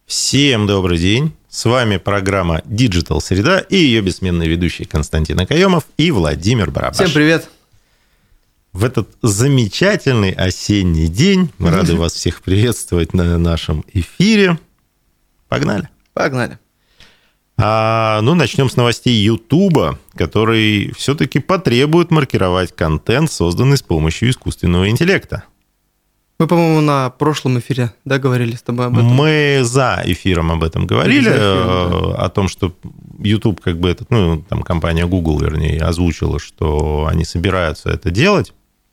Всем добрый день. С вами программа Digital Среда и ее бессменные ведущие Константин Акаемов и Владимир Барабаш. Всем привет. В этот замечательный осенний день мы рады вас всех приветствовать на нашем эфире. Погнали. Начнем с новостей Ютуба, который все-таки потребует маркировать контент, созданный с помощью искусственного интеллекта. Мы, по-моему, на прошлом эфире говорили с тобой об этом. Мы за эфиром об этом говорили, о том, что YouTube, компания Google, вернее, озвучила, что они собираются это делать.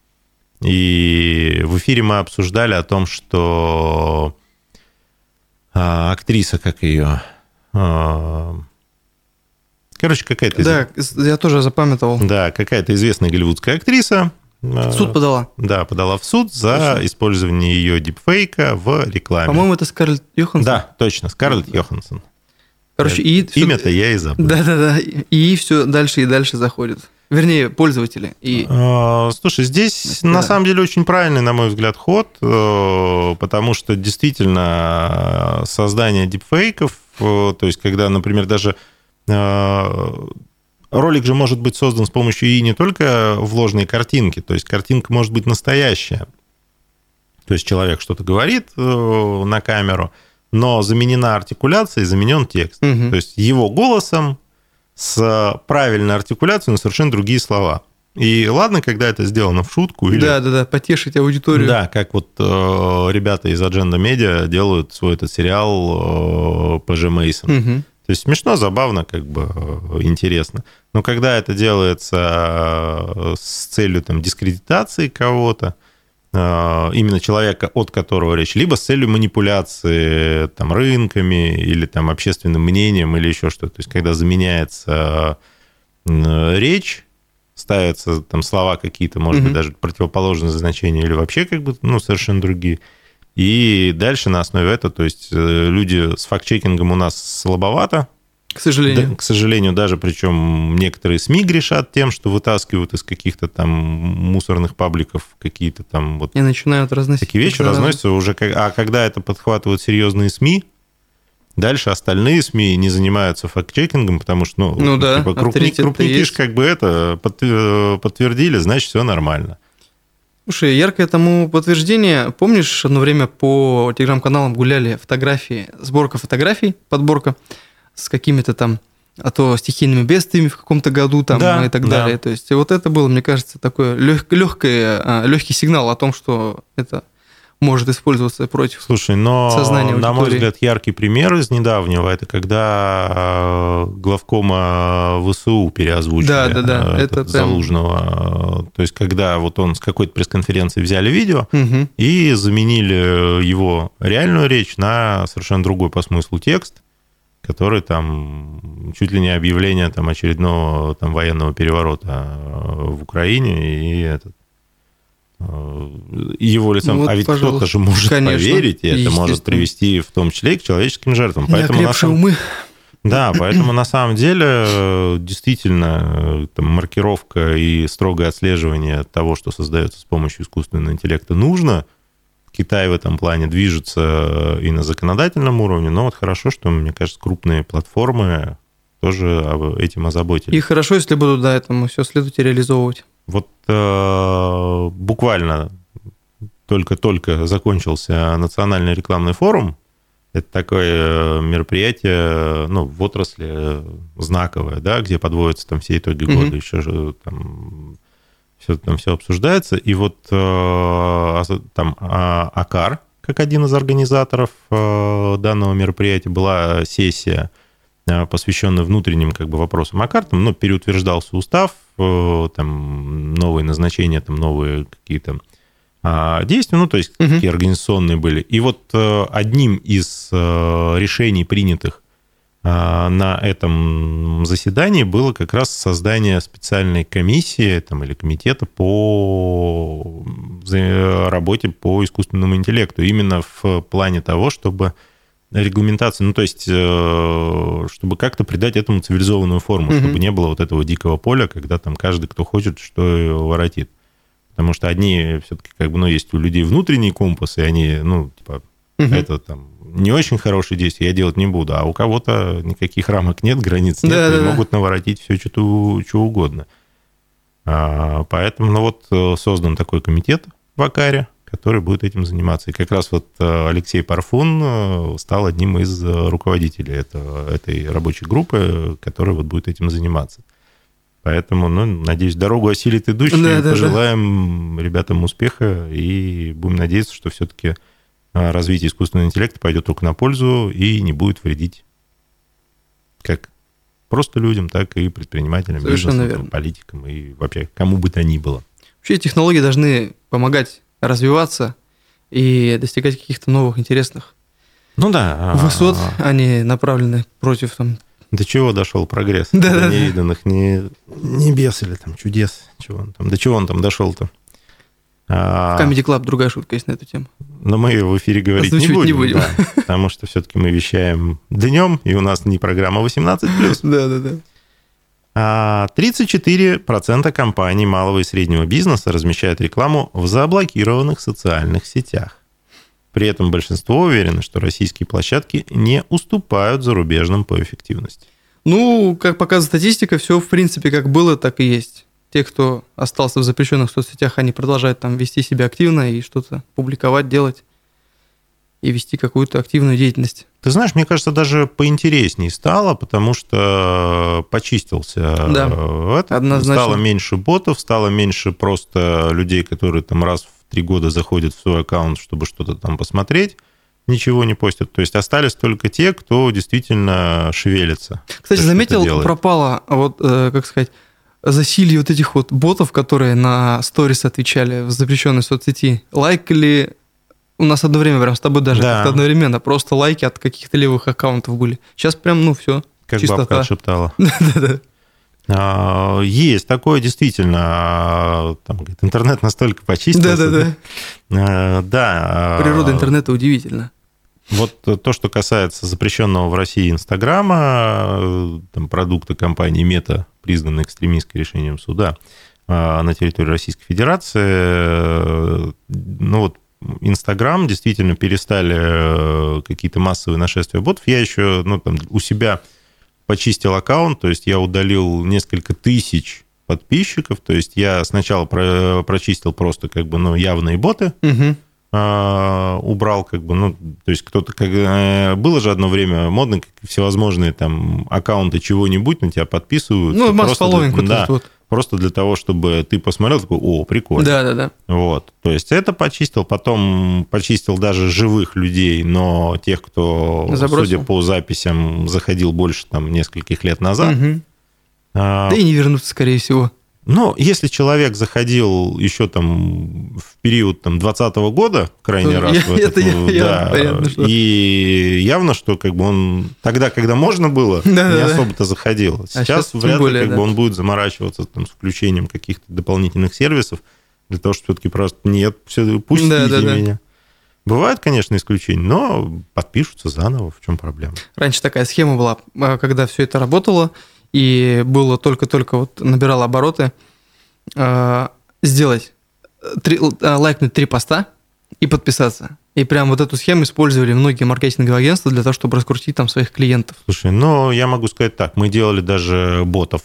И в эфире мы обсуждали о том, что актриса, как ее... какая-то... Да, я тоже запамятовал. Да, какая-то известная голливудская актриса... В суд подала. Да, подала в суд за использование ее дипфейка в рекламе. По-моему, это Скарлетт Йоханссон. Да, точно, Скарлетт Йоханссон. Имя-то я и забыл. Да. И все дальше и дальше заходит. Вернее, пользователи. Слушай, здесь на самом деле очень правильный, на мой взгляд, ход, потому что действительно создание дипфейков, то есть когда, например, даже... Ролик же может быть создан с помощью и не только вложенной картинки, то есть картинка может быть настоящая. То есть человек что-то говорит на камеру, но заменена артикуляция и заменен текст. Угу. То есть его голосом с правильной артикуляцией на совершенно другие слова. И ладно, когда это сделано в шутку. Да, потешить аудиторию. Да, как вот ребята из Agenda Media делают свой этот сериал «ПЖ Мейсон». Угу. То есть смешно, забавно, интересно. Но когда это делается с целью дискредитации кого-то, именно человека, от которого речь, либо с целью манипуляции рынками или общественным мнением или еще что-то. То есть когда заменяется речь, ставятся слова какие-то, может быть, даже противоположные значения или вообще совершенно другие. И дальше на основе этого, то есть люди с факт-чекингом у нас слабовато. К сожалению. Да, к сожалению, даже причем некоторые СМИ грешат тем, что вытаскивают из каких-то мусорных пабликов какие-то И начинают разносить. Такие вещи разносятся уже. А когда это подхватывают серьезные СМИ, дальше остальные СМИ не занимаются факт-чекингом, потому что, крупники это подтвердили, значит, все нормально. Слушай, яркое тому подтверждение. Помнишь, одно время по телеграм-каналам гуляли фотографии, сборка фотографий, подборка с какими-то а то стихийными бедствиями в каком-то году и так далее. То есть вот это было, мне кажется, такой легкий сигнал о том, что это может использоваться против сознания аудитории. На мой взгляд, яркий пример из недавнего, это когда главкома ВСУ переозвучили Залужного. То есть когда он с какой-то пресс-конференции взяли видео и заменили его реальную речь на совершенно другой по смыслу текст, который чуть ли не объявление очередного военного переворота в Украине, и его лицом. Ведь кто-то же может поверить, и это может привести в том числе и к человеческим жертвам. Неокрепшие умы. Да, поэтому на самом деле действительно маркировка и строгое отслеживание того, что создается с помощью искусственного интеллекта, нужно. Китай в этом плане движется и на законодательном уровне, но хорошо, что, мне кажется, крупные платформы тоже этим озаботились. И хорошо, если будут этому все следовать и реализовывать. Буквально только-только закончился национальный рекламный форум. Это такое мероприятие, в отрасли знаковое, да, где подводятся все итоги года, еще же все обсуждается. И АКАР, как один из организаторов данного мероприятия, была сессия, посвященная внутренним вопросам АКАР. Переутверждался устав, новые назначения, новые какие-то действия, то есть какие организационные были. И одним из решений, принятых на этом заседании, было как раз создание специальной комиссии или комитета по работе по искусственному интеллекту, именно в плане того, чтобы регламентация, чтобы как-то придать этому цивилизованную форму, чтобы не было этого дикого поля, когда каждый, кто хочет, что воротит. Потому что одни все-таки, есть у людей внутренний компас, и они, это не очень хорошие действия я делать не буду, а у кого-то никаких рамок нет, границ нет, и могут наворотить все, что угодно. Поэтому, ну вот, создан такой комитет в Акаре, который будет этим заниматься. И как раз вот Алексей Парфун стал одним из руководителей этой рабочей группы, которая вот будет этим заниматься. Поэтому, ну, надеюсь, дорогу осилит идущий. Пожелаем ребятам успеха и будем надеяться, что все-таки развитие искусственного интеллекта пойдет только на пользу и не будет вредить как просто людям, так и предпринимателям, бизнесам, политикам и вообще кому бы то ни было. Вообще технологии должны помогать развиваться и достигать каких-то новых интересных высот, они направлены против там. До чего дошел прогресс? До невиданных небес или там чудес. До чего он там дошел-то? В Comedy Club другая шутка есть на эту тему. Но мы в эфире говорить не будем. Да, потому что все-таки мы вещаем днем, и у нас не программа 18+. Да. 34% компаний малого и среднего бизнеса размещают рекламу в заблокированных социальных сетях. При этом большинство уверено, что российские площадки не уступают зарубежным по эффективности. Ну, как показывает статистика, все в принципе как было, так и есть. Те, кто остался в запрещенных соцсетях, они продолжают там вести себя активно и что-то публиковать, делать и вести какую-то активную деятельность. Ты знаешь, мне кажется, даже поинтереснее стало, потому что почистился. Однозначно. Стало меньше ботов, стало меньше просто людей, которые там раз в 3 года заходят в свой аккаунт, чтобы что-то там посмотреть, ничего не постят. То есть остались только те, кто действительно шевелится. Кстати, заметил, пропало, вот, как сказать, засилье вот этих вот ботов, которые на сторис отвечали в запрещенной соцсети. Лайкали у нас одно время прям с тобой даже как-то одновременно, просто лайки от каких-то левых аккаунтов были. Сейчас прям, ну, все. Как чистота. Бабка отшептала. Да-да-да. Есть такое действительно, там, говорит, интернет настолько почистился. Да. Природа интернета удивительна. Вот то, что касается запрещенного в России Инстаграма, там, продукта компании Мета, признанной экстремистской решением суда на территории Российской Федерации, ну вот Инстаграм действительно перестали какие-то массовые нашествия ботов. Я еще у себя почистил аккаунт, то есть я удалил несколько тысяч подписчиков, то есть я сначала прочистил просто явные боты, убрал то есть кто-то, было же одно время модно, всевозможные там аккаунты чего-нибудь на тебя подписывают. Ну, масс-фолловинг. Да, просто для того, чтобы ты посмотрел, такой, о, прикольно. Да. Вот, то есть это почистил, потом почистил даже живых людей, но тех, кто, судя по записям, заходил больше там нескольких лет назад. Да и не вернуться, скорее всего. Ну, если человек заходил еще там в период 2020 года, крайний раз, и явно, что он тогда, когда можно было, не особо-то заходил. Сейчас вряд ли он будет заморачиваться с включением каких-то дополнительных сервисов для того, чтобы все-таки просто нет, пустите меня. Бывают, конечно, исключения, но подпишутся заново, в чем проблема? Раньше такая схема была, когда все это работало, и было только-только набирало обороты, сделать, лайкнуть 3 поста и подписаться. И прям вот эту схему использовали многие маркетинговые агентства для того, чтобы раскрутить там своих клиентов. Слушай, я могу сказать так, мы делали даже ботов,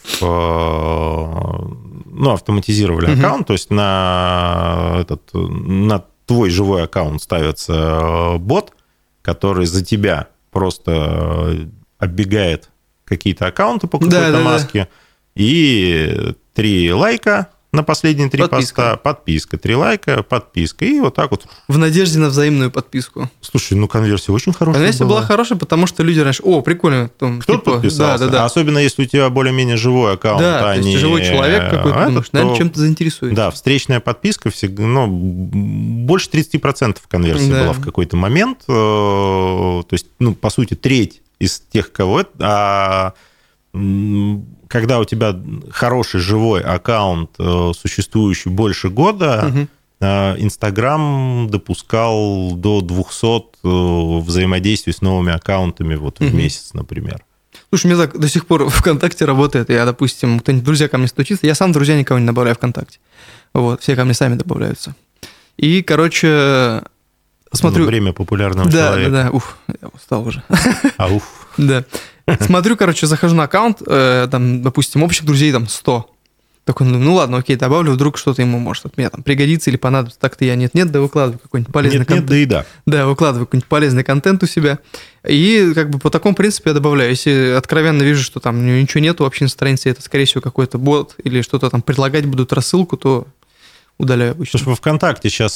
автоматизировали аккаунт, то есть на твой живой аккаунт ставится бот, который за тебя просто оббегает какие-то аккаунты по какой-то маске, и 3 лайка на последние 3 поста, подписка, 3 лайка, подписка, и вот так вот. В надежде на взаимную подписку. Слушай, конверсия очень хорошая Конверсия была хорошая, потому что люди раньше, прикольно. Кто-то подписался, особенно если у тебя более-менее живой аккаунт, то есть живой человек какой-то, наверное, чем-то заинтересует. Да, встречная подписка всегда, больше 30% конверсии была в какой-то момент, то есть, по сути, треть из тех, кого это, когда у тебя хороший живой аккаунт, существующий больше года, Инстаграм допускал до 200 взаимодействий с новыми аккаунтами в месяц, например. Слушай, у меня так до сих пор ВКонтакте работает. Я, допустим, кто-нибудь, друзья ко мне стучится, я сам друзья никого не добавляю ВКонтакте. Вот, все ко мне сами добавляются. И, смотрю... Время популярного человека. Да, я устал уже. Ауф. Да. Смотрю, захожу на аккаунт, там, допустим, общих друзей там 100. Такой, ну ладно, окей, добавлю, вдруг что-то ему может от меня там пригодится или понадобится. Так-то я нет, да выкладываю какой-нибудь полезный контент. Да и да. Да, выкладываю какой-нибудь полезный контент у себя. И по такому принципу я добавляю. Если откровенно вижу, что там ничего нету вообще на странице, это, скорее всего, какой-то бот или что-то там предлагать будут рассылку, то удаляю обычно. Потому что во ВКонтакте сейчас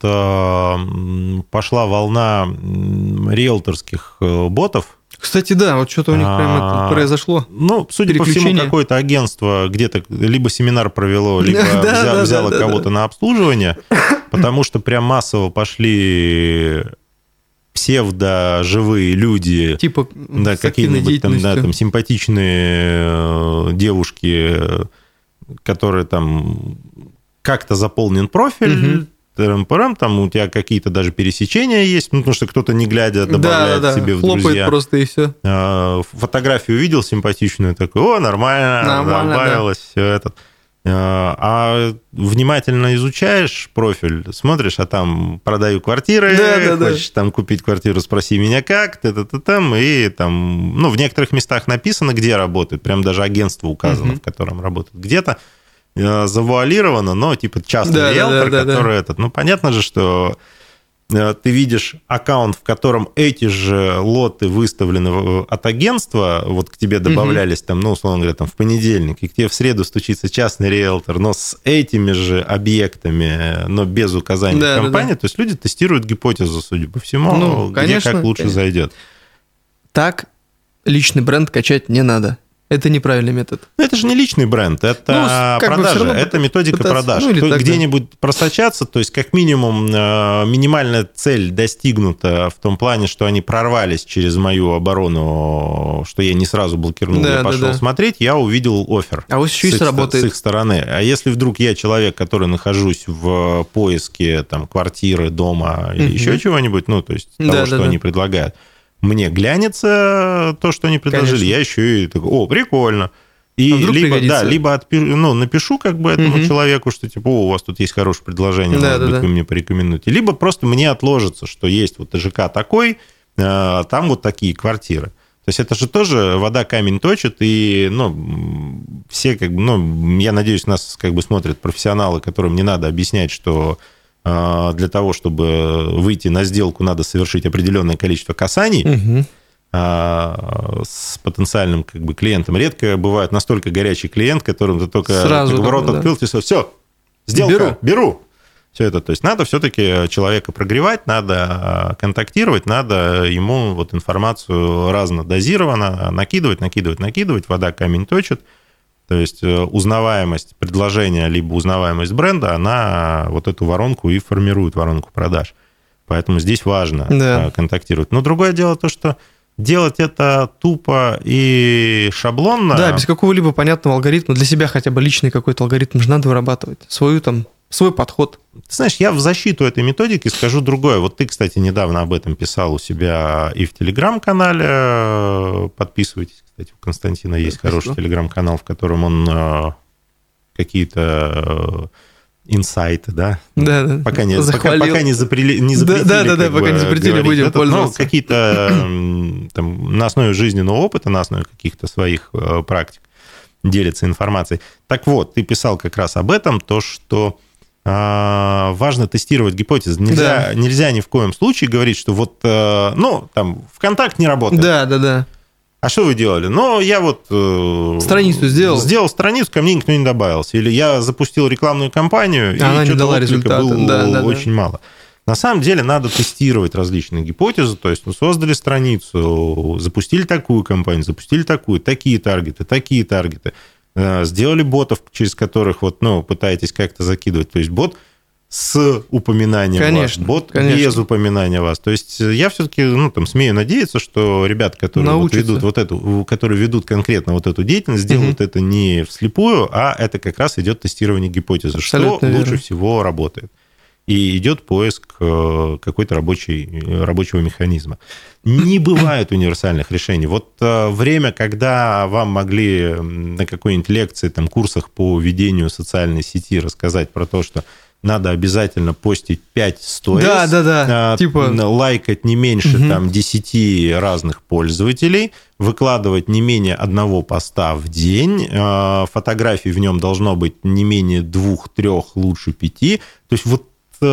пошла волна риэлторских ботов. Кстати, да, вот что-то у них прям это произошло. Ну, судя по всему, какое-то агентство где-то либо семинар провело, либо взяло кого-то на обслуживание, потому что прям массово пошли псевдо-живые люди, типа какие-нибудь там симпатичные девушки, которые там как-то заполнен профиль, там у тебя какие-то даже пересечения есть, потому что кто-то, не глядя, добавляет себе в друзья. Хлопает просто и все. Фотографию увидел симпатичную, такой, нормально добавилось, все это. А внимательно изучаешь профиль, смотришь, а там продаю квартиры, хочешь там купить квартиру, спроси меня как, и там, в некоторых местах написано, где работает, прям даже агентство указано, в котором работает, где-то завуалировано, но типа частный риэлтор, который понятно же, что ты видишь аккаунт, в котором эти же лоты выставлены от агентства, вот к тебе добавлялись там, условно говоря, там в понедельник, и к тебе в среду стучится частный риэлтор, но с этими же объектами, но без указания компании, то есть люди тестируют гипотезу, судя по всему, где как лучше зайдет. Так личный бренд качать не надо. Это неправильный метод. Это же не личный бренд, это продажи, это методика продаж. Где-нибудь просочаться, то есть как минимум минимальная цель достигнута в том плане, что они прорвались через мою оборону, что я не сразу блокирнул, я пошел смотреть, я увидел оффер с их стороны. А если вдруг я человек, который нахожусь в поиске там, квартиры, дома или еще чего-нибудь, то есть того, что они предлагают, мне глянется то, что они предложили, конечно. Я еще и такой, прикольно. И либо напишу этому человеку, что типа, у вас тут есть хорошее предложение, может быть, вы мне порекомендуете. Либо просто мне отложится, что есть вот ЖК такой, там вот такие квартиры. То есть это же тоже вода камень точит, и все, я надеюсь, нас смотрят профессионалы, которым не надо объяснять, что для того, чтобы выйти на сделку, надо совершить определенное количество касаний с потенциальным клиентом. Редко бывает настолько горячий клиент, которым ты только ворот открыл, ты все, сделка, беру. Все это. То есть надо все-таки человека прогревать, надо контактировать, надо ему информацию разнодозированно накидывать, вода камень точит. То есть узнаваемость предложения либо узнаваемость бренда, она вот эту воронку и формирует, воронку продаж. Поэтому здесь важно контактировать. Но другое дело то, что делать это тупо и шаблонно... Да, без какого-либо понятного алгоритма, для себя хотя бы личный какой-то алгоритм же надо вырабатывать, свой подход. Ты знаешь, я в защиту этой методики скажу другое. Вот ты, кстати, недавно об этом писал у себя и в Телеграм-канале. Подписывайтесь, кстати, у Константина есть хороший Телеграм-канал, в котором он какие-то инсайты, да? Да. Пока не запретили. Пока не запретили, будем пользоваться. Какие-то на основе жизненного опыта, на основе каких-то своих практик делится информацией. Так вот, ты писал как раз об этом, то, что важно тестировать гипотезы. Нельзя ни в коем случае говорить, что ВКонтакте не работает. Да. А что вы делали? Я страницу сделал. Сделал страницу, ко мне никто не добавился. Или я запустил рекламную кампанию, и она не дала результата. Было очень мало. На самом деле надо тестировать различные гипотезы. То есть создали страницу, запустили такую кампанию, запустили такую, такие таргеты. Сделали ботов, через которых пытаетесь как-то закидывать. То есть бот с упоминанием вас, бот без упоминания вас. То есть я все-таки смею надеяться, что ребята, которые ведут конкретно эту деятельность, сделают это не вслепую, а это как раз идет тестирование гипотезы, абсолютно что лучше всего работает. И идет поиск какой-то рабочего механизма. Не бывает универсальных решений. Время, когда вам могли на какой-нибудь лекции, курсах по ведению социальной сети рассказать про то, что надо обязательно постить 5 сторис. Да. Лайкать не меньше там 10 разных пользователей, выкладывать не менее одного поста в день, фотографий в нем должно быть не менее 2-3, лучше 5. То есть вот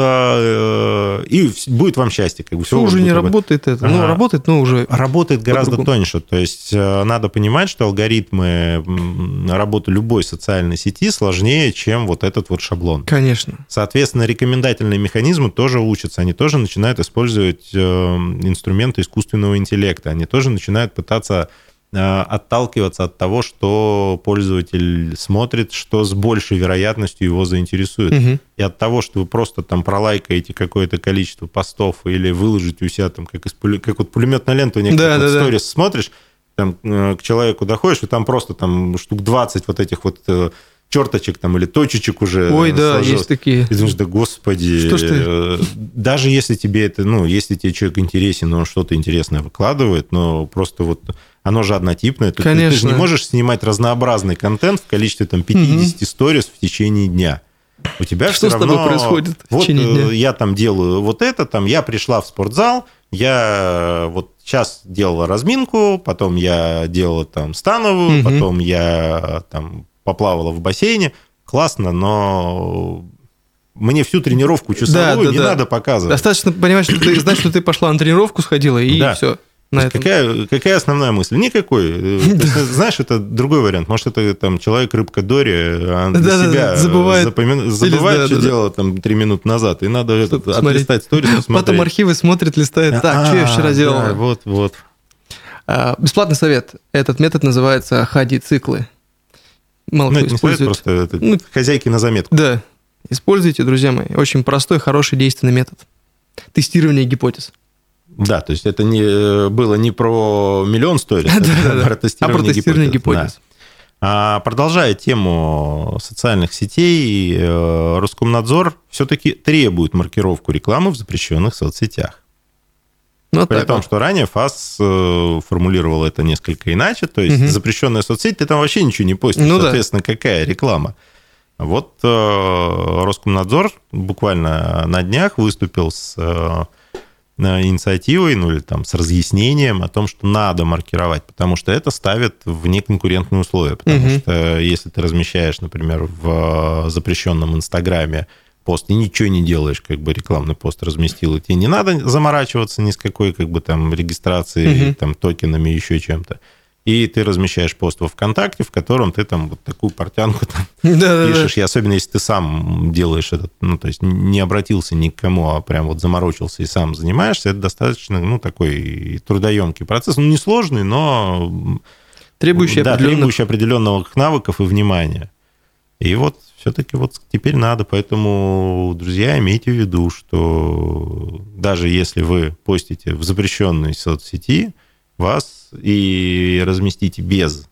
и будет вам счастье. Как бы, все уже не работает это. Работает, но уже... Работает гораздо тоньше. То есть надо понимать, что алгоритмы работы любой социальной сети сложнее, чем вот этот вот шаблон. Конечно. Соответственно, рекомендательные механизмы тоже учатся. Они тоже начинают использовать инструменты искусственного интеллекта. Они тоже начинают пытаться отталкиваться от того, что пользователь смотрит, что с большей вероятностью его заинтересует. И от того, что вы просто там пролайкаете какое-то количество постов или выложите у себя там, как вот пулеметная лента у некоторых сторис смотришь, там к человеку доходишь, и там просто там штук 20 вот этих вот черточек там или точечек уже. Ой, да, сложилось. Есть такие. И думаешь, да господи. Что ж ты? Даже если тебе это, если тебе человек интересен, он что-то интересное выкладывает, но просто вот оно же однотипное. Конечно. Ты же не можешь снимать разнообразный контент в количестве там 50 сторис в течение дня. У тебя что все равно... Что с тобой происходит в течение дня? Я там делаю вот это, там я пришла в спортзал, я вот сейчас делала разминку, потом я делала там становую, потом я там поплавала в бассейне. Классно, но мне всю тренировку часовую не надо показывать. Достаточно понимать, что ты знаешь, что ты пошла на тренировку, сходила, и все. Какая основная мысль? Никакой. Знаешь, это другой вариант. Может, это там человек-рыбка Дори, а для себя забывает, что делала там 3 минуты назад, и надо отлистать сторис, посмотреть. Потом архивы смотрит, листает. Так, что я вчера делала? Вот. Бесплатный совет. Этот метод называется хади-циклы. Мало кто использует. Просто хозяйки на заметку. Да. Используйте, друзья мои. Очень простой, хороший, действенный метод. Тестирование гипотез. Да, то есть это было не про миллион сторис, а про тестирование гипотез. Продолжая тему социальных сетей, Роскомнадзор все-таки требует маркировку рекламы в запрещенных соцсетях. При том, что ранее ФАС формулировал это несколько иначе, то есть запрещенная соцсеть, ты там вообще ничего не постишь, соответственно, какая реклама? Вот Роскомнадзор буквально на днях выступил с инициативой, или там с разъяснением о том, что надо маркировать, потому что это ставит в неконкурентные условия, потому что если ты размещаешь, например, в запрещенном Инстаграме пост и ничего не делаешь, как бы рекламный пост разместил, и тебе не надо заморачиваться ни с какой как бы там регистрацией, там токенами, еще чем-то. И ты размещаешь пост во ВКонтакте, в котором ты там вот такую портянку там пишешь, и особенно если ты сам делаешь это, то есть не обратился ни к кому, а прям вот заморочился и сам занимаешься, это достаточно, такой трудоемкий процесс, несложный, но требующий определенных навыков и внимания. И вот все-таки вот теперь надо, поэтому, друзья, имейте в виду, что даже если вы постите в запрещенной соцсети, вас и разместите без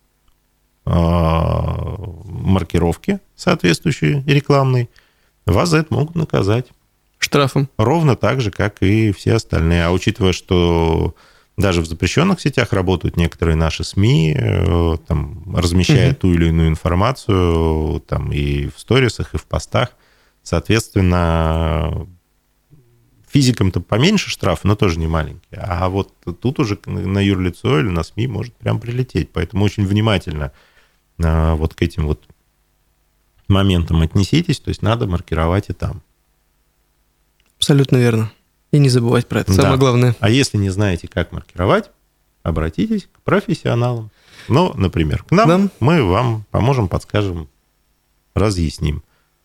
маркировки соответствующей рекламной, вас за это могут наказать. Штрафом. Ровно так же, как и все остальные. А учитывая, что даже в запрещенных сетях работают некоторые наши СМИ, там, размещая ту или иную информацию там, и в сторисах, и в постах, соответственно... Физикам-то поменьше штраф, но тоже не маленький. А вот тут уже на юрлицо или на СМИ может прям прилететь. Поэтому очень внимательно вот к этим вот моментам отнеситесь. То есть надо маркировать и там. Абсолютно верно. И не забывать про это. Самое главное. А если не знаете, как маркировать, обратитесь к профессионалам. Ну, например, к нам. Мы вам поможем, подскажем, разъясним.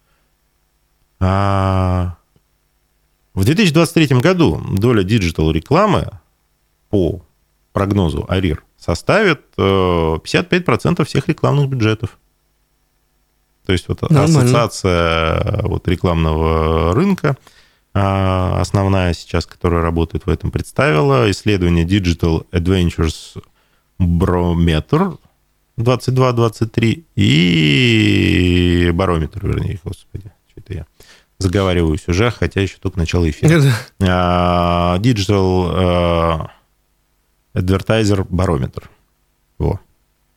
В 2023 году доля диджитал-рекламы по прогнозу АРИР составит 55% всех рекламных бюджетов. То есть вот ассоциация вот рекламного рынка, основная сейчас, которая работает в этом, представила исследование Digital Adventures Barometer 22-23 и барометр, вернее, господи, что-то я заговариваюсь уже, хотя еще только начало эфира. Digital Advertiser Barometer. Во.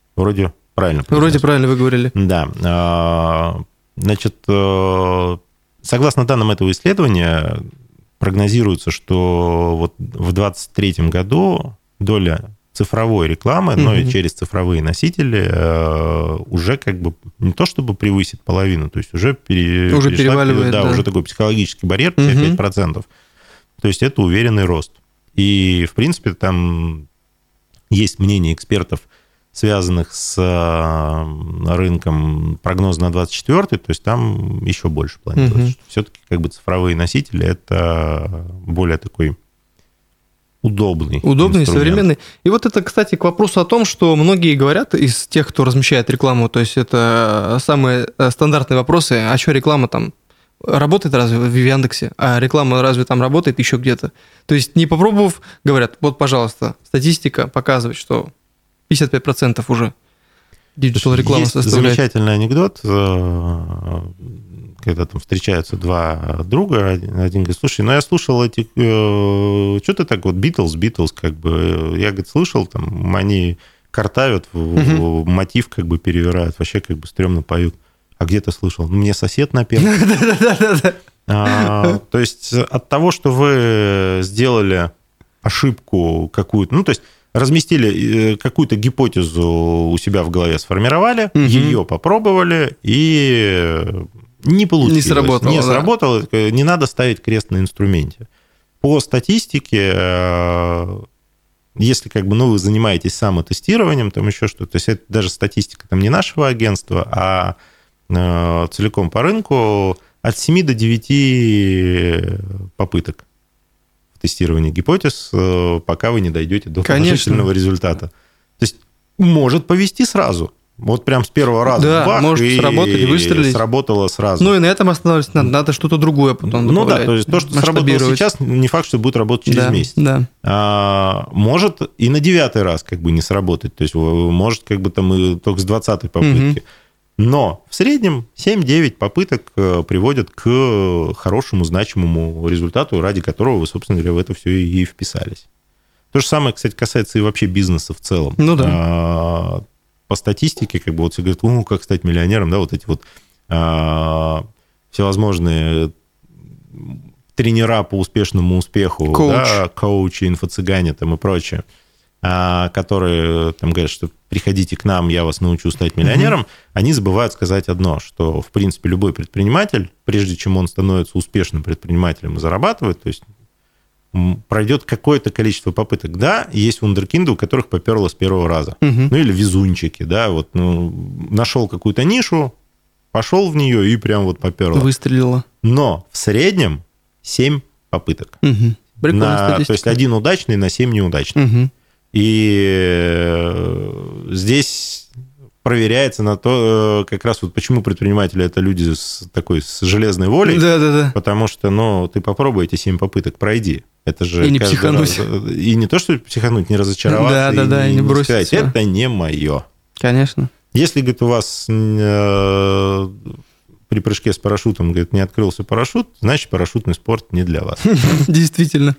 Вроде правильно. Вроде правильно вы говорили. Да. Значит, согласно данным этого исследования, прогнозируется, что вот в 2023 году доля цифровой рекламы, но и через цифровые носители уже как бы не то чтобы превысит половину, то есть уже переваливает, да, уже такой психологический барьер 55%. То есть это уверенный рост. И, в принципе, там есть мнение экспертов, связанных с рынком прогноза на 24-й, то есть там еще больше планируется. Все-таки как бы цифровые носители – это более такой удобный современный. И вот это, кстати, к вопросу о том, что многие говорят из тех, кто размещает рекламу, то есть это самые стандартные вопросы, а что реклама там работает разве в Яндексе, а реклама разве там работает еще где-то? То есть не попробовав, говорят, вот, пожалуйста, статистика показывает, что 55% уже диджитал реклама составляет. Замечательный анекдот, когда там встречаются два друга, один говорит, слушай, ну я слушал эти, что ты так вот, Битлз, как бы, я, говорит, слышал, там, они картавят, мотив как бы перевирают, вообще как бы стрёмно поют. А где ты слышал? Ну, мне сосед напел. То есть от того, что вы сделали ошибку какую-то, ну, то есть разместили какую-то гипотезу у себя в голове, сформировали, ее попробовали, и не получилось. Не сработало. Не надо ставить крест на инструменте. По статистике, если как бы, ну, вы занимаетесь самотестированием, там еще что-то, то есть это даже статистика там не нашего агентства, а целиком по рынку, от 7 до 9 попыток в тестировании гипотез, пока вы не дойдете до положительного результата. То есть может повести сразу. Вот прям с первого раза. Да, бах, может сработать и выстрелить. Сработало сразу. Ну и на этом останавливаться надо что-то другое потом добавлять. Ну да, то есть то, что сработало сейчас, не факт, что будет работать через месяц. Да. Может и на 9-й раз как бы не сработать. То есть может как бы там и только с 20-й попытки. Но в среднем 7-9 попыток приводят к хорошему, значимому результату, ради которого вы, собственно говоря, в это все и вписались. То же самое, кстати, касается и вообще бизнеса в целом. Ну да. По статистике, как бы вот все говорят, как стать миллионером, да, вот эти вот всевозможные тренера по успешному успеху, да, коучи, инфо-цыгане там и прочее, которые там говорят, что приходите к нам, я вас научу стать миллионером, они забывают сказать одно, что, в принципе, любой предприниматель, прежде чем он становится успешным предпринимателем и зарабатывает, то есть пройдет какое-то количество попыток. Да, есть вундеркинды, у которых поперло с первого раза. Ну, или везунчики, да, вот, нашел какую-то нишу, пошел в нее и прям вот поперло. Выстрелило. Но в среднем 7 попыток. Прикольная статистика. То есть 1 удачный на 7 неудачных. И здесь проверяется на то, как раз вот почему предприниматели – это люди с железной волей. Да. Потому что, ты попробуй эти 7 попыток, пройди. Это же и не психануть. И не то, что психануть, не разочароваться. Да, и не бросить. Сказать, это не мое. Конечно. Если, говорит, у вас при прыжке с парашютом, говорит, не открылся парашют, значит, парашютный спорт не для вас. Действительно.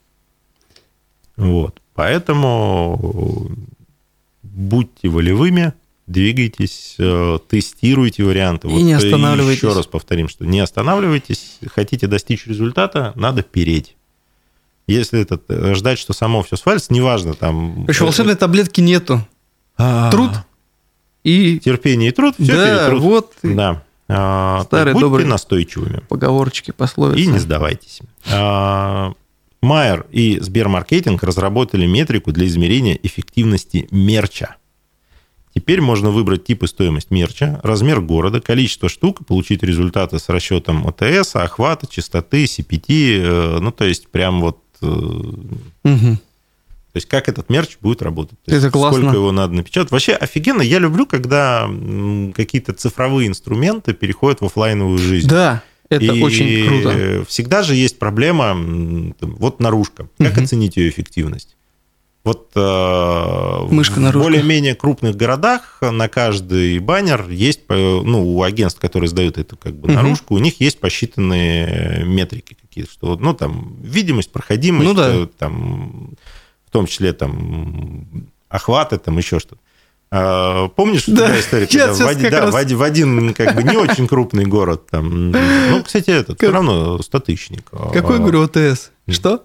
Вот. Поэтому будьте волевыми, двигайтесь, тестируйте варианты. И не останавливайтесь. Еще раз повторим, что не останавливайтесь. Хотите достичь результата, надо переть. Если ждать, что само все свалится, неважно там... Еще волшебной таблетки нету. Труд и... Терпение и труд, все перетрут. Вот. Да. Старые будьте добрые настойчивыми. Поговорочки, пословицы. И не сдавайтесь. Майер и Сбермаркетинг разработали метрику для измерения эффективности мерча. Теперь можно выбрать тип и стоимость мерча, размер города, количество штук, получить результаты с расчетом ОТС, охвата, частоты, CPT, то есть прям вот... То есть как этот мерч будет работать. То есть это классно. Сколько его надо напечатать. Вообще офигенно. Я люблю, когда какие-то цифровые инструменты переходят в офлайновую жизнь. Да. Это очень круто. Всегда же есть проблема, вот наружка. Как оценить ее эффективность? Вот мышка, в более-менее крупных городах на каждый баннер есть, у агентств, которые сдают эту как бы наружку, у них есть посчитанные метрики какие-то, что там видимость, проходимость, там, в том числе там охваты, там еще что-то. Помнишь, Да, такая история, я когда сейчас как раз- в один как бы не очень крупный город, там, ну, кстати, этот, все равно 100-тысячник. Какой, говорю, ОТС? Что?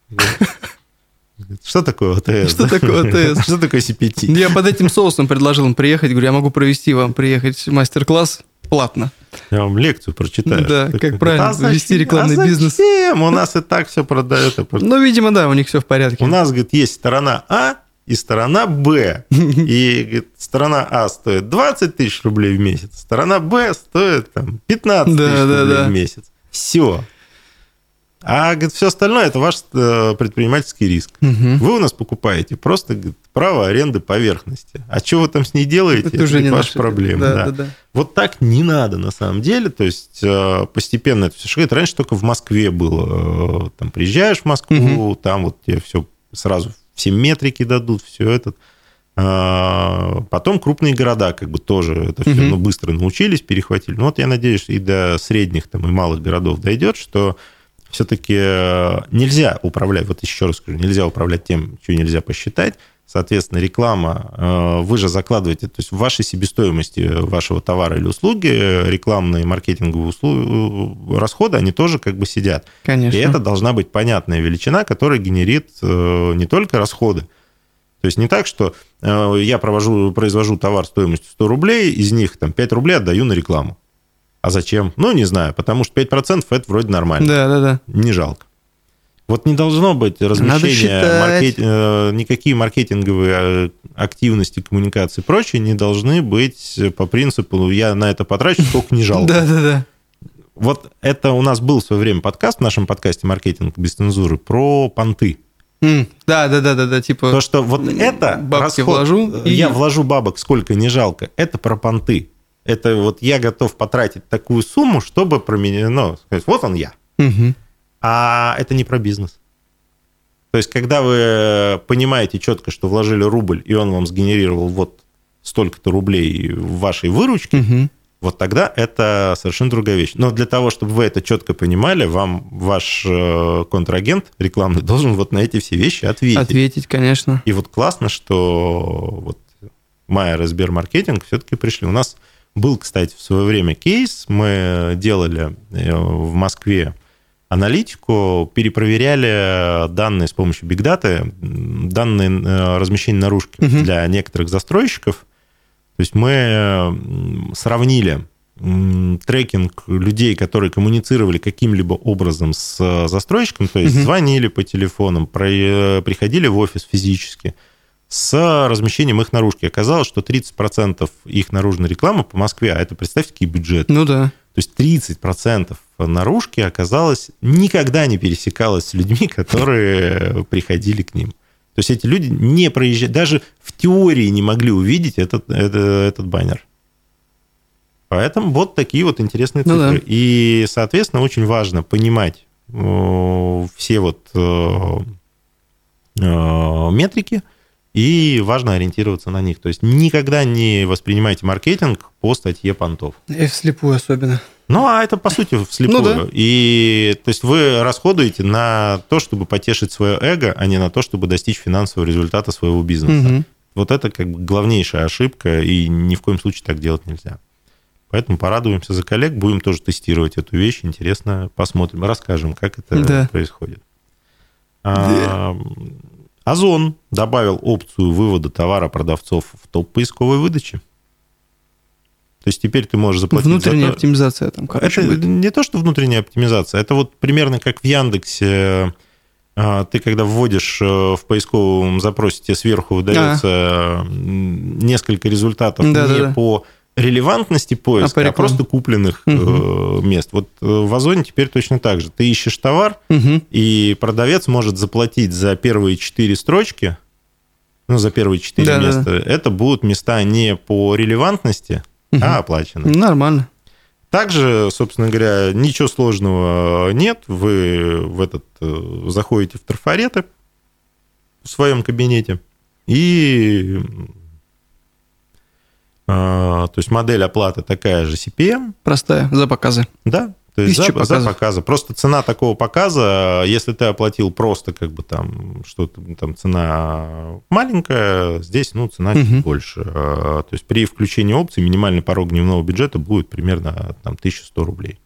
Что такое ОТС? Что такое ОТС? Что такое CPT? Я под этим соусом предложил им приехать. Говорю, я могу провести вам приехать мастер-класс платно. Я вам лекцию прочитаю. Да, как правильно вести рекламный бизнес. Зачем? У нас и так все продают. Ну, видимо, да, у них все в порядке. У нас, говорит, есть сторона А и сторона Б. И, говорит, сторона А стоит 20 тысяч рублей в месяц, сторона Б стоит там, 15 тысяч рублей в месяц. Все. А, говорит, все остальное – это ваш предпринимательский риск. Вы у нас покупаете просто, говорит, право аренды поверхности. А что вы там с ней делаете, это уже не ваша проблема. Да. Вот так не надо на самом деле. То есть постепенно это все шагает. Раньше только в Москве было. Там приезжаешь в Москву, там вот тебе все сразу все метрики дадут, все это. Потом крупные города как бы тоже это все быстро научились, перехватили. Ну вот я надеюсь, и до средних там, и малых городов дойдет, что все-таки нельзя управлять, вот еще раз скажу, нельзя управлять тем, что нельзя посчитать. Соответственно, реклама, вы же закладываете, то есть в вашей себестоимости вашего товара или услуги рекламные, маркетинговые расходы, они тоже как бы сидят. Конечно. И это должна быть понятная величина, которая генерит не только расходы. То есть не так, что я произвожу товар стоимостью 100 рублей, из них там, 5 рублей отдаю на рекламу. А зачем? Ну, не знаю, потому что 5% это вроде нормально. Да. Не жалко. Вот не должно быть размещения, никакие маркетинговые активности, коммуникации и прочее не должны быть по принципу «я на это потрачу, сколько не жалко». Да. Вот это у нас был в свое время подкаст, в нашем подкасте «Маркетинг без цензуры» про понты. Да, типа... То, что вот это бабки расход, вложу, я вложу бабок, сколько не жалко, это про понты. Это вот я готов потратить такую сумму, чтобы про меня, сказать, вот он я. А это не про бизнес. То есть, когда вы понимаете четко, что вложили рубль, и он вам сгенерировал вот столько-то рублей в вашей выручке, вот тогда это совершенно другая вещь. Но для того, чтобы вы это четко понимали, вам ваш контрагент рекламный должен вот на эти все вещи ответить. Ответить, конечно. И вот классно, что вот Майер и Сбермаркетинг все-таки пришли. У нас был, кстати, в свое время кейс. Мы делали в Москве аналитику, перепроверяли данные с помощью Big Data, данные размещения наружки для некоторых застройщиков. То есть мы сравнили трекинг людей, которые коммуницировали каким-либо образом с застройщиком, то есть звонили по телефонам, приходили в офис физически, с размещением их наружки. Оказалось, что 30% их наружной рекламы по Москве, а это, представьте, какие бюджеты. Ну да. То есть 30% наружки, оказалось, никогда не пересекалось с людьми, которые приходили к ним. То есть эти люди не проезжали, даже в теории не могли увидеть этот баннер. Поэтому вот такие вот интересные цифры. Ну да. И, соответственно, очень важно понимать все вот метрики, и важно ориентироваться на них. То есть никогда не воспринимайте маркетинг по статье понтов. И вслепую особенно. Ну, а это, по сути, вслепую. Ну, да. И, то есть вы расходуете на то, чтобы потешить свое эго, а не на то, чтобы достичь финансового результата своего бизнеса. Вот это как бы главнейшая ошибка, и ни в коем случае так делать нельзя. Поэтому порадуемся за коллег, будем тоже тестировать эту вещь. Интересно, посмотрим, расскажем, как это происходит. Озон добавил опцию вывода товара продавцов в топ поисковой выдачи. То есть теперь ты можешь заплатить внутренняя оптимизация там, короче, это будет. Не то, что внутренняя оптимизация, это вот примерно как в Яндексе. Ты, когда вводишь в поисковом запросе, тебе сверху выдается несколько результатов по релевантности поиска, а просто купленных мест. Вот в Озоне теперь точно так же. Ты ищешь товар, и продавец может заплатить за первые 4 строчки, за первые 4 места. Это будут места не по релевантности, а оплаченные. Нормально. Также, собственно говоря, ничего сложного нет. Вы заходите в трафареты в своем кабинете и... То есть модель оплаты такая же CPM. Простая, за показы. Да. То есть за показов. показы. Просто цена такого показа, если ты оплатил просто как бы там что-то, там цена маленькая, здесь, ну, цена чуть больше. То есть при включении опций минимальный порог дневного бюджета будет примерно там 1100 рублей.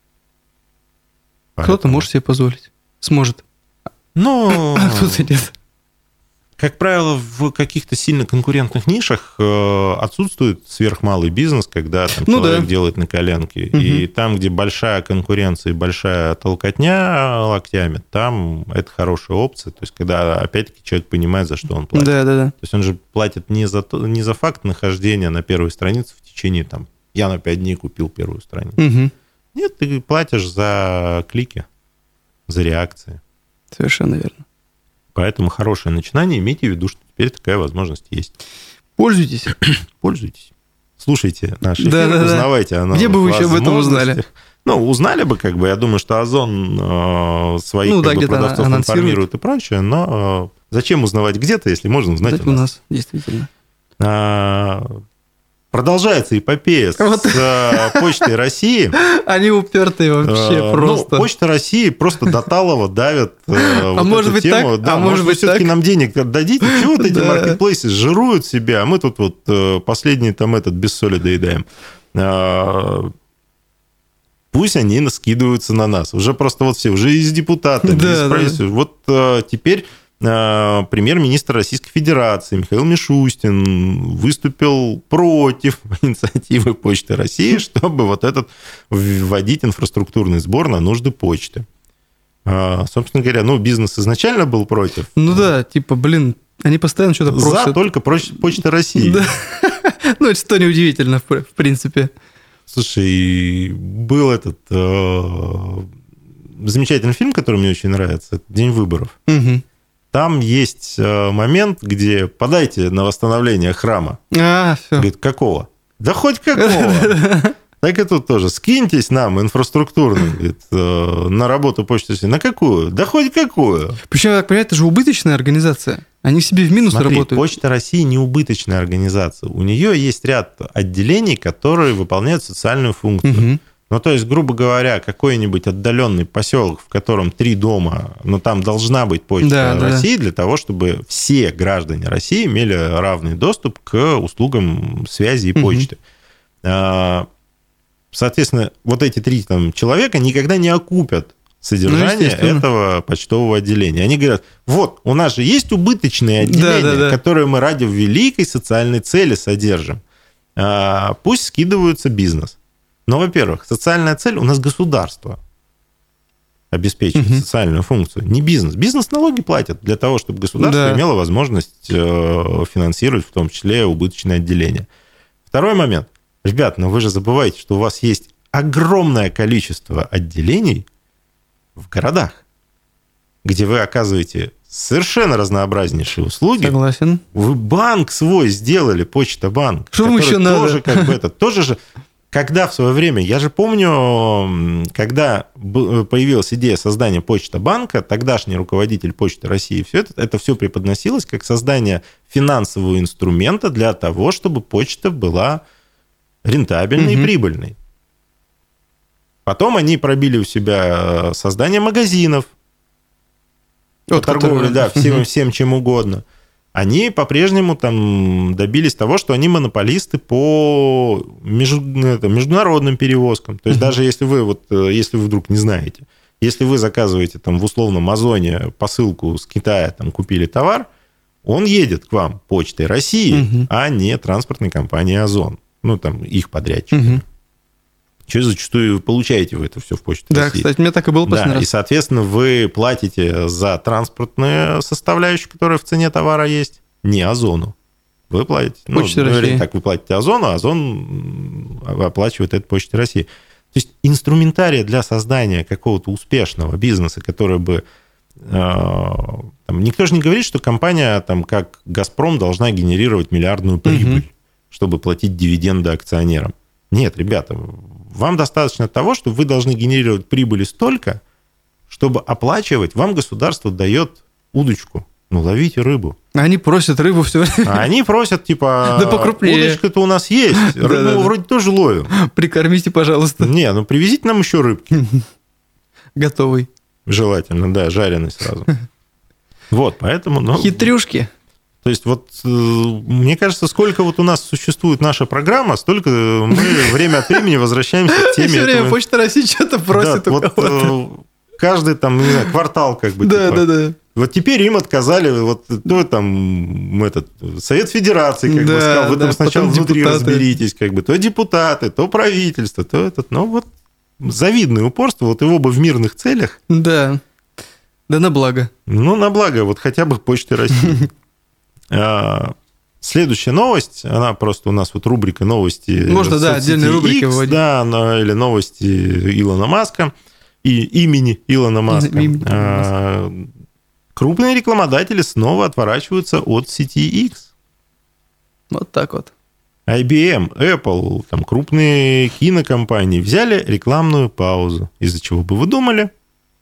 Кто-то может себе позволить. Сможет. Ну, а кто-то нет. Как правило, в каких-то сильно конкурентных нишах отсутствует сверхмалый бизнес, когда там человек делает на коленке. И там, где большая конкуренция и большая толкотня локтями, там это хорошая опция. То есть, когда, опять-таки, человек понимает, за что он платит. Да. То есть, он же платит не за факт нахождения на первой странице в течение, там, я на 5 дней купил первую страницу. Нет, ты платишь за клики, за реакции. Совершенно верно. Поэтому хорошее начинание, имейте в виду, что теперь такая возможность есть. Пользуйтесь. Пользуйтесь. Слушайте наш эфир, узнавайте о новых Где бы вы еще об этом узнали? Ну, узнали бы, как бы, я думаю, что Озон своих продавцов информирует и прочее, но зачем узнавать где-то, если можно узнать у нас? Действительно. Продолжается эпопея с Почтой России. Они упертые вообще просто. Почта России просто до талого давят эту тему. Да, может быть, все-таки нам денег отдадите? Чего вот эти маркетплейсы жируют себя, а мы тут вот последний там этот без соли доедаем. Пусть они скидываются на нас. Уже просто вот все, уже и с депутатами, и с правительством. Вот теперь премьер-министр Российской Федерации Михаил Мишустин выступил против инициативы Почты России, чтобы вот этот вводить инфраструктурный сбор на нужды почты. Собственно говоря, бизнес изначально был против. Они постоянно что-то просят. За только Почта России. Это что неудивительно, в принципе. Слушай, был этот замечательный фильм, который мне очень нравится, «День выборов». Там есть момент, где подайте на восстановление храма. Все. Говорит, какого? Да хоть какого. Так и тут тоже. Скиньтесь нам инфраструктурно, говорит, на работу Почты России. На какую? Да хоть какую. Причем, я так понимаю, это же убыточная организация. Они себе в минус работают. Почта России не убыточная организация. У нее есть ряд отделений, которые выполняют социальную функцию. Ну, то есть, грубо говоря, какой-нибудь отдаленный поселок, в котором 3 дома, но там должна быть Почта России для того, чтобы все граждане России имели равный доступ к услугам связи и почты. Соответственно, вот эти 3 человека никогда не окупят содержание этого почтового отделения. Они говорят, вот, у нас же есть убыточные отделения, которые мы ради великой социальной цели содержим. Пусть скидываются бизнес. Но, во-первых, социальная цель у нас государство обеспечивает социальную функцию, не бизнес. Бизнес налоги платят для того, чтобы государство имело возможность финансировать в том числе убыточное отделение. Второй момент. Ребят, но вы же забываете, что у вас есть огромное количество отделений в городах, где вы оказываете совершенно разнообразнейшие услуги. Согласен. Вы банк свой сделали, Почта-банк. Что вам еще тоже надо? Тоже же... Когда в свое время, я же помню, когда появилась идея создания Почта-банка, тогдашний руководитель Почты России, это все преподносилось как создание финансового инструмента для того, чтобы почта была рентабельной и прибыльной. Потом они пробили у себя создание магазинов по торговле, всем чем угодно. Они по-прежнему добились того, что они монополисты по международным перевозкам. То есть даже если вы вдруг не знаете, если вы заказываете в условном Озоне посылку с Китая, купили товар, он едет к вам Почтой России, а не транспортной компанией Озон. Их подрядчики. Что зачастую вы получаете вы это все в Почте России. Да, кстати, у меня так и было последний раз. И, соответственно, вы платите за транспортную составляющую, которая в цене товара есть, не Озону. Вы платите. Почте России. Так, вы платите Озону, а Озон оплачивает это Почте России. То есть инструментария для создания какого-то успешного бизнеса, который бы... никто же не говорит, что компания, как «Газпром», должна генерировать миллиардную прибыль, чтобы платить дивиденды акционерам. Нет, ребята, вам достаточно того, что вы должны генерировать прибыли столько, чтобы оплачивать, вам государство дает удочку. Ну, ловите рыбу. Они просят рыбу все время. А они просят, типа, да покрупнее. Удочка-то у нас есть, рыбу мы вроде тоже ловим. Прикормите, пожалуйста. Не, ну привезите нам еще рыбки. Готовый. Желательно, да, жареный сразу. Вот, поэтому... Хитрюшки. То есть вот мне кажется, сколько вот у нас существует наша программа, столько мы время от времени возвращаемся к теме... Все время Почта России что-то просит у кого-то. Каждый там, не знаю, квартал как бы. Да. Вот теперь им отказали, вот то там Совет Федерации, как бы сказал, вы там сначала внутри разберитесь, как бы, то депутаты, то правительство, то этот, ну вот завидное упорство, вот его бы в мирных целях. Да, на благо. Ну, на благо, вот хотя бы Почты России. Следующая новость, она просто у нас вот рубрика новости. Можно, да, отдельные рубрики выводить. Да, или новости Илона Маска и имени Илона Маска. Крупные рекламодатели снова отворачиваются от сети X. Вот так вот. IBM, Apple, там крупные кинокомпании взяли рекламную паузу. Из-за чего бы вы думали?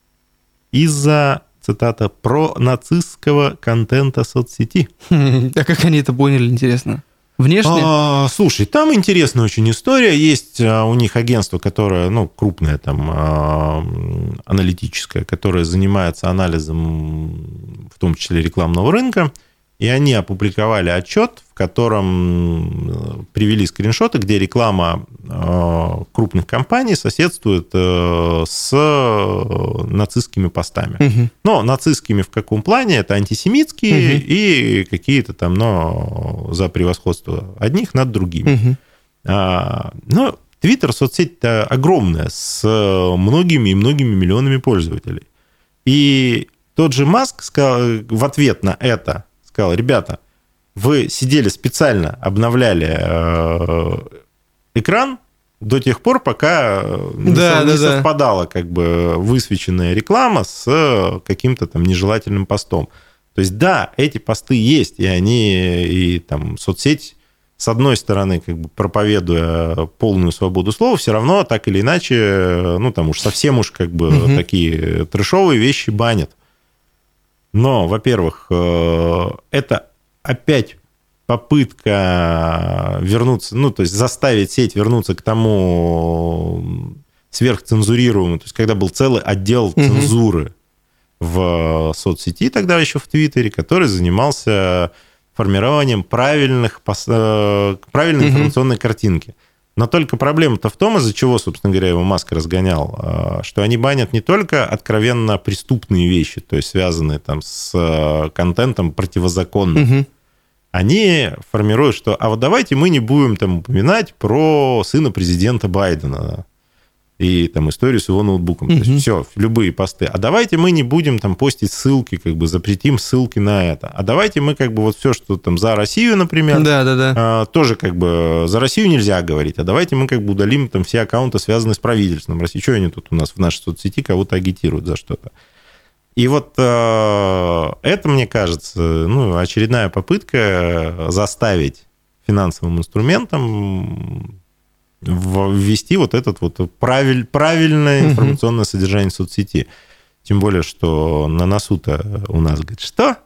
Из-за, цитата, пронацистского контента соцсети. А как они это поняли, интересно? Внешне? Слушай, там интересная очень история. Есть у них агентство, которое, ну, крупное там, аналитическое, которое занимается анализом, в том числе рекламного рынка. И они опубликовали отчет, в котором привели скриншоты, где реклама крупных компаний соседствует с нацистскими постами. Угу. Но нацистскими в каком плане? Это антисемитские и какие-то там, за превосходство одних над другими. Угу. Но Твиттер соцсеть-то огромная, с многими и многими миллионами пользователей. И тот же Маск сказал в ответ на это, сказал, ребята, вы сидели специально, обновляли экран до тех пор, пока не совпадала как бы высвеченная реклама с каким-то там нежелательным постом. То есть, да, эти посты есть, и они, и там соцсеть, с одной стороны, как бы проповедуя полную свободу слова, все равно так или иначе, ну, там уж совсем уж как бы такие трэшовые вещи банят. Но, во-первых, это опять попытка вернуться, ну, то есть заставить сеть вернуться к тому сверхцензурируемому, то есть когда был целый отдел цензуры в соцсети, тогда еще в Твиттере, который занимался формированием правильной информационной картинки. Но только проблема-то в том, из-за чего, собственно говоря, его Маск разгонял, что они банят не только откровенно преступные вещи, то есть связанные там с контентом противозаконным. Они формируют, что а вот давайте мы не будем там упоминать про сына президента Байдена и там историю с его ноутбуком. То есть все, любые посты. А давайте мы не будем там постить ссылки, как бы запретим ссылки на это. А давайте мы как бы вот все, что там за Россию, например, тоже как бы за Россию нельзя говорить. А давайте мы как бы удалим там все аккаунты, связанные с правительством России. Что они тут у нас в нашей соцсети кого-то агитируют за что-то? И вот это, мне кажется, ну, очередная попытка заставить финансовым инструментом ввести вот этот вот правильное информационное содержание соцсети. Тем более, что на носу-то у нас, говорит, что?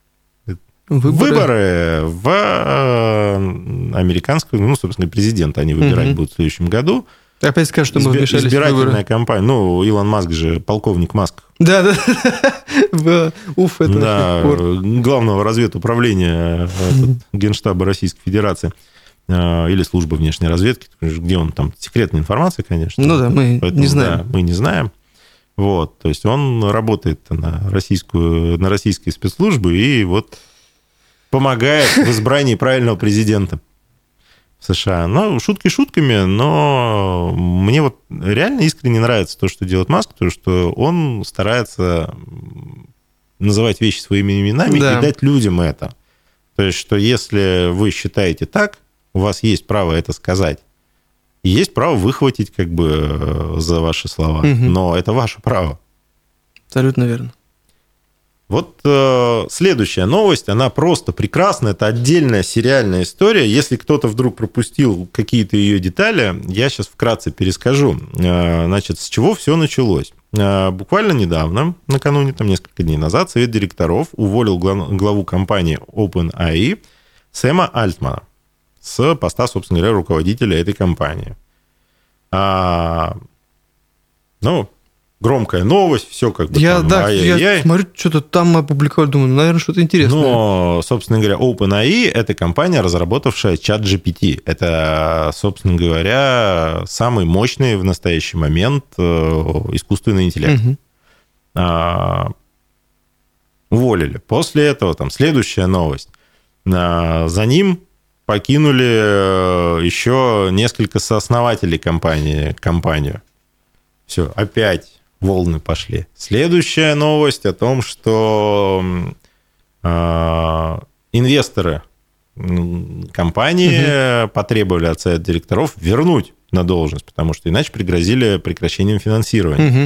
Выборы в американскую, ну, собственно, президента они выбирать будут в следующем году. Ты опять скажешь, что мы вмешались в выборы. Избирательная кампания. Ну, Илон Маск же, полковник Маск. Да. Уф, это да, главного разведуправления Генштаба Российской Федерации. Или служба внешней разведки, где он там, секретная информация, конечно. Ну да, мы не знаем. Да, мы не знаем. Вот, то есть он работает на российские спецслужбы и вот помогает в избрании правильного президента в США. Ну, шутки шутками, но мне вот реально искренне нравится то, что делает Маск, то, что он старается называть вещи своими именами и дать людям это. То есть, что если вы считаете так, у вас есть право это сказать. И есть право выхватить как бы за ваши слова. Но это ваше право. Абсолютно верно. Вот следующая новость, она просто прекрасна, это отдельная сериальная история. Если кто-то вдруг пропустил какие-то ее детали, я сейчас вкратце перескажу. Значит, с чего все началось? Буквально недавно, накануне, там несколько дней назад, совет директоров уволил главу компании OpenAI Сэма Альтмана с поста, собственно говоря, руководителя этой компании. Громкая новость, все как бы я ай-яй-яй. Смотрю, что-то там опубликовали, думаю, наверное, что-то интересное. Но, собственно говоря, OpenAI – это компания, разработавшая ChatGPT. Это, собственно говоря, самый мощный в настоящий момент искусственный интеллект. Уволили. После этого, там, следующая новость. За ним покинули еще несколько сооснователей компанию. Все, опять волны пошли. Следующая новость о том, что инвесторы компании потребовали от совета директоров вернуть на должность, потому что иначе пригрозили прекращением финансирования.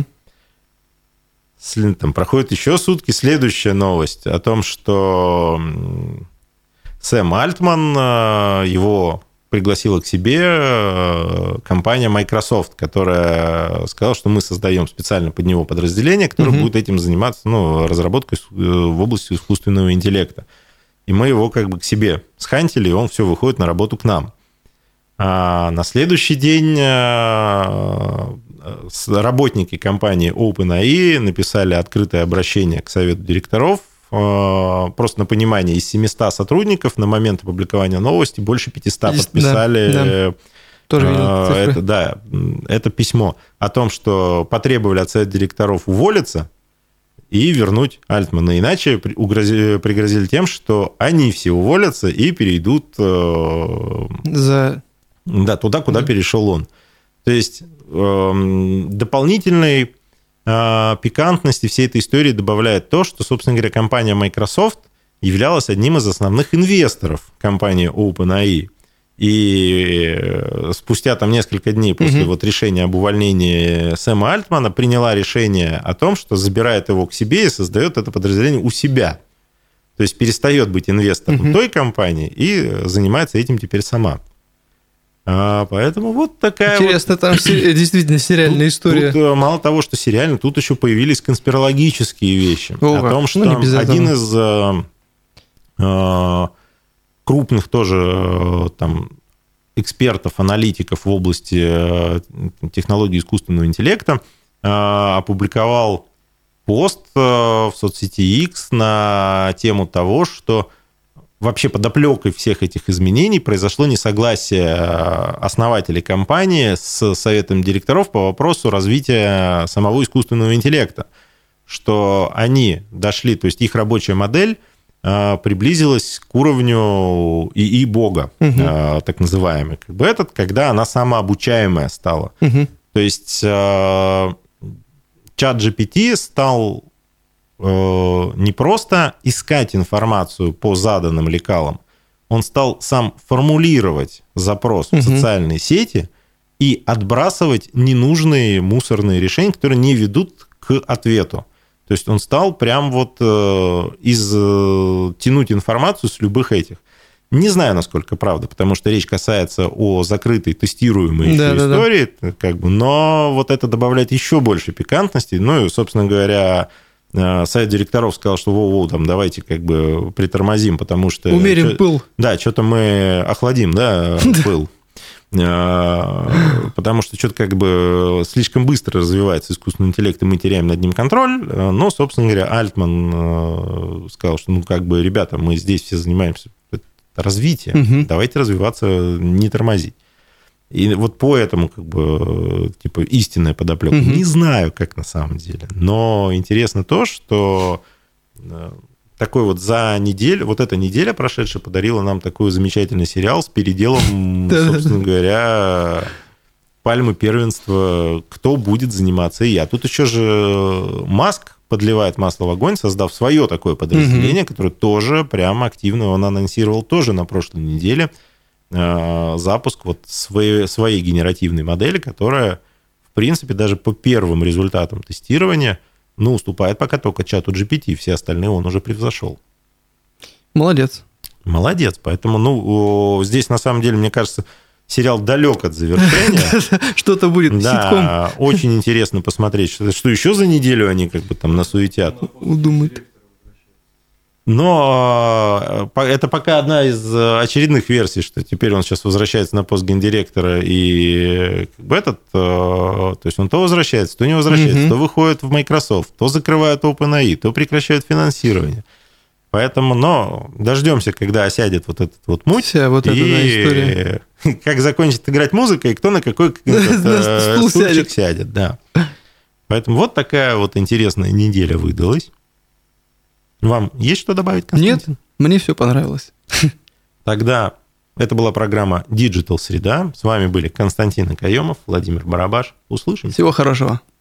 Там проходит еще сутки. Следующая новость о том, что Сэм Альтман, его пригласила к себе компания Microsoft, которая сказала, что мы создаем специально под него подразделение, которое будет этим заниматься, разработкой в области искусственного интеллекта. И мы его как бы к себе схантили, и он все выходит на работу к нам. А на следующий день работники компании OpenAI написали открытое обращение к совету директоров. Просто на понимание, из 700 сотрудников на момент опубликования новости больше 500 подписали это письмо о том, что потребовали от совета директоров уволиться и вернуть Альтмана. Иначе пригрозили тем, что они все уволятся и перейдут туда, куда перешел он. То есть дополнительной пикантности всей этой истории добавляет то, что, собственно говоря, компания Microsoft являлась одним из основных инвесторов компании OpenAI. И спустя там несколько дней после решения об увольнении Сэма Альтмана приняла решение о том, что забирает его к себе и создает это подразделение у себя. То есть перестает быть инвестором той компании и занимается этим теперь сама. Поэтому вот такая интересно, там действительно сериальная история. Тут мало того, что сериально, тут еще появились конспирологические вещи. О том, что один из крупных тоже там экспертов, аналитиков в области технологий искусственного интеллекта опубликовал пост в соцсети X на тему того, что вообще подоплекой всех этих изменений произошло несогласие основателей компании с советом директоров по вопросу развития самого искусственного интеллекта, что они дошли, то есть их рабочая модель приблизилась к уровню ИИ Бога, так называемый, как бы когда она самообучаемая стала. То есть ChatGPT стал не просто искать информацию по заданным лекалам, он стал сам формулировать запрос в социальные сети и отбрасывать ненужные мусорные решения, которые не ведут к ответу. То есть он стал прям тянуть информацию с любых этих. Не знаю, насколько правда, потому что речь касается о закрытой, тестируемой истории, но вот это добавляет еще больше пикантности. Ну и, собственно говоря, совет директоров сказал, что давайте притормозим, потому что... Умерим пыл. Да, что-то мы охладим, пыл. Потому что что-то слишком быстро развивается искусственный интеллект, и мы теряем над ним контроль. Но, собственно говоря, Альтман сказал, что, ребята, мы здесь все занимаемся развитием, давайте развиваться, не тормозить. И вот поэтому истинная подоплека. Не знаю, как на самом деле. Но интересно то, что такой за неделю, эта неделя прошедшая подарила нам такой замечательный сериал с переделом, собственно говоря, пальмы первенства, кто будет заниматься ИА. Тут еще же Маск подливает масло в огонь, создав свое такое подразделение, которое тоже прямо активно он анонсировал тоже на прошлой неделе запуск своей генеративной модели, которая, в принципе, даже по первым результатам тестирования Ну, уступает пока только чату GPT, все остальные он уже превзошел. Молодец. Молодец. Поэтому, ну, здесь, на самом деле, мне кажется, сериал далек от завершения. Что-то будет, ситком. Да, очень интересно посмотреть, что еще за неделю они как бы там насуетят. Удумают. Но это пока одна из очередных версий, что теперь он сейчас возвращается на пост гендиректора, и то есть он то возвращается, то не возвращается, то выходит в Microsoft, то закрывают OpenAI, то прекращают финансирование. Поэтому, но дождемся, когда осядет вот этот вот муть. Вся вот эта история. Как закончит играть музыка, и кто на какой стульчик сядет. Да. Поэтому вот такая вот интересная неделя выдалась. Вам есть что добавить, Константин? Нет, мне все понравилось. Тогда это была программа Digital Среда. С вами были Константин Акаемов, Владимир Барабаш. Услышимся. Всего хорошего.